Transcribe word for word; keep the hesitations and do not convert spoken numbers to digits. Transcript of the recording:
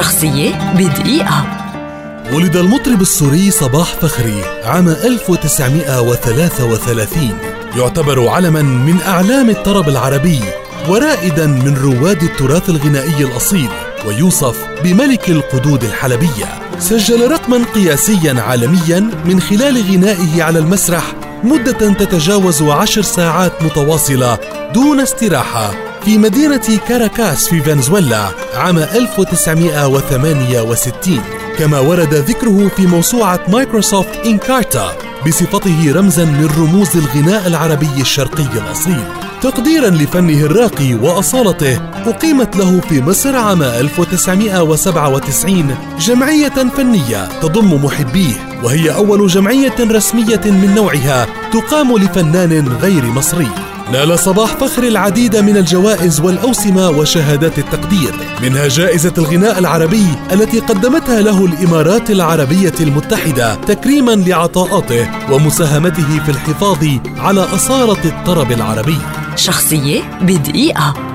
شخصية بدقيقة. ولد المطرب السوري صباح فخري عام ألف وتسعمائة وثلاثة وثلاثين، يعتبر علما من أعلام الطرب العربي ورائدا من رواد التراث الغنائي الأصيل، ويوصف بملك القدود الحلبية. سجل رقما قياسيا عالميا من خلال غنائه على المسرح مدة تتجاوز عشر ساعات متواصلة دون استراحة في مدينة كاراكاس في فنزويلا عام ألف وتسعمائة وثمانية وستين. كما ورد ذكره في موسوعة مايكروسوفت إنكارتا بصفته رمزا من رموز الغناء العربي الشرقي الأصيل. تقديرا لفنه الراقي وأصالته، أقيمت له في مصر عام ألف وتسعمائة وسبعة وتسعين جمعية فنية تضم محبيه، وهي أول جمعية رسمية من نوعها تقام لفنان غير مصري. نال صباح فخري العديد من الجوائز والأوسمة وشهادات التقدير، منها جائزة الغناء العربي التي قدمتها له الإمارات العربية المتحدة تكريما لعطاءاته ومساهمته في الحفاظ على أصالة الطرب العربي. شخصية بدقيقة.